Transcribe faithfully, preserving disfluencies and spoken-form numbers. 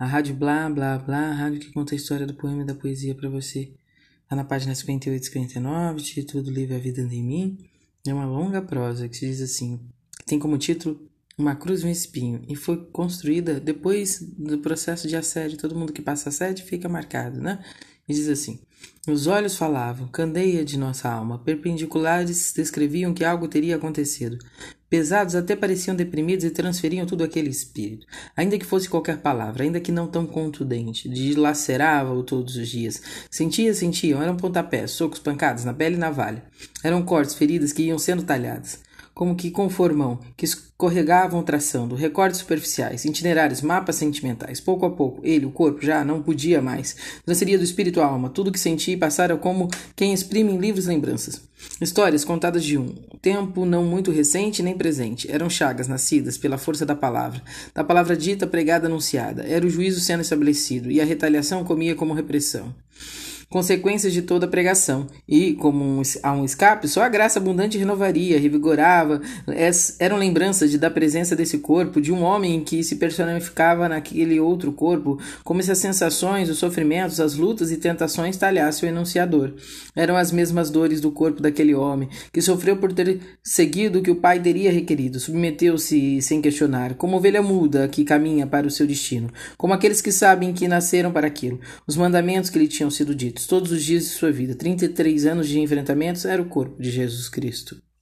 A rádio blá, blá, blá, a rádio que conta a história do poema e da poesia para você. Tá na página cinquenta e oito e cinquenta e nove, título do livro A Vida Anda em Mim. É uma longa prosa que se diz assim, que tem como título Uma Cruz e um Espinho, e foi construída depois do processo de assédio. Todo mundo que passa assédio fica marcado, né? E diz assim: os olhos falavam, candeia de nossa alma, perpendiculares descreviam que algo teria acontecido. Pesados até pareciam deprimidos e transferiam tudo aquele espírito. Ainda que fosse qualquer palavra, ainda que não tão contundente, dilacerava-o todos os dias. Sentia, sentiam, eram pontapés, socos, pancadas na pele e na valha. Eram cortes, feridas que iam sendo talhadas, como que com formão, que escorregavam traçando, recortes superficiais, itinerários, mapas sentimentais. Pouco a pouco, ele, o corpo, já não podia mais. Transferia do espírito à alma, tudo que sentia e passara como quem exprime em livros lembranças. Histórias contadas de um tempo não muito recente nem presente. Eram chagas nascidas pela força da palavra, da palavra dita, pregada, anunciada. Era o juízo sendo estabelecido, e a retaliação comia como repressão consequências de toda a pregação, e, como um, há um escape, só a graça abundante renovaria, revigorava. Es, eram lembranças de, da presença desse corpo, de um homem que se personificava naquele outro corpo, como se as sensações, os sofrimentos, as lutas e tentações talhassem o enunciador. Eram as mesmas dores do corpo daquele homem, que sofreu por ter seguido o que o pai teria requerido, submeteu-se sem questionar, como ovelha muda que caminha para o seu destino, como aqueles que sabem que nasceram para aquilo, os mandamentos que lhe tinham sido ditos todos os dias de sua vida. trinta e três anos de enfrentamentos era o corpo de Jesus Cristo.